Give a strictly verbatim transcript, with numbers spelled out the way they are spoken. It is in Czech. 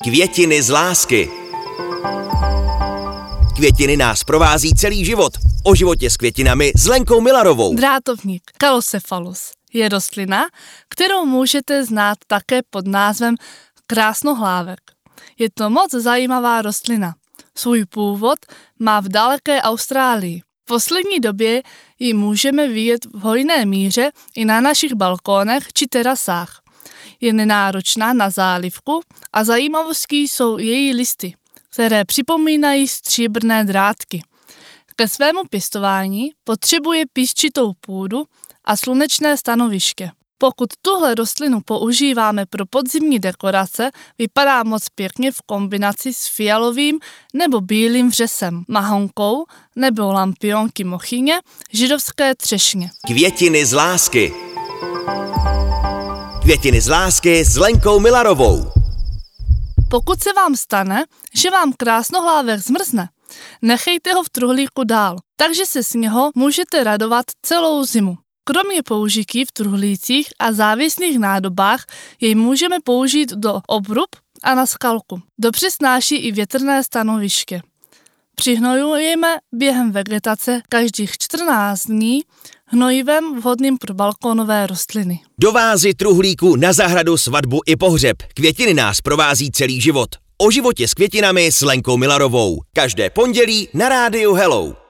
Květiny z lásky. Květiny nás provází celý život. O životě s květinami s Lenkou Milarovou. Drátovník Callocephalus je rostlina, kterou můžete znát také pod názvem krásnohlávek. Je to moc zajímavá rostlina. Svůj původ má v daleké Austrálii. V poslední době ji můžeme vidět v hojné míře i na našich balkónech či terasách. Je nenáročná na zálivku a zajímavostí jsou její listy, které připomínají stříbrné drátky. Ke svému pěstování potřebuje písčitou půdu a slunečné stanoviště. Pokud tuhle rostlinu používáme pro podzimní dekorace, vypadá moc pěkně v kombinaci s fialovým nebo bílým vřesem, mahonkou nebo lampionky mochyně, židovské třešně. Květiny z lásky. Květiny z lásky s Lenkou Milarovou. Pokud se vám stane, že vám krásnohlávek zmrzne, nechejte ho v truhlíku dál, takže se z něho můžete radovat celou zimu. Kromě použití v truhlících a závěsných nádobách jej můžeme použít do obrub a na skalku. Dobře snáší i větrné stanoviště. Přihnojujeme během vegetace každých čtrnáct dní hnojivem vhodným pro balkonové rostliny. Do vázy, truhlíku, na zahradu, svatbu i pohřeb. Květiny nás provází celý život. O životě s květinami s Lenkou Milarovou. Každé pondělí na rádiu Hello.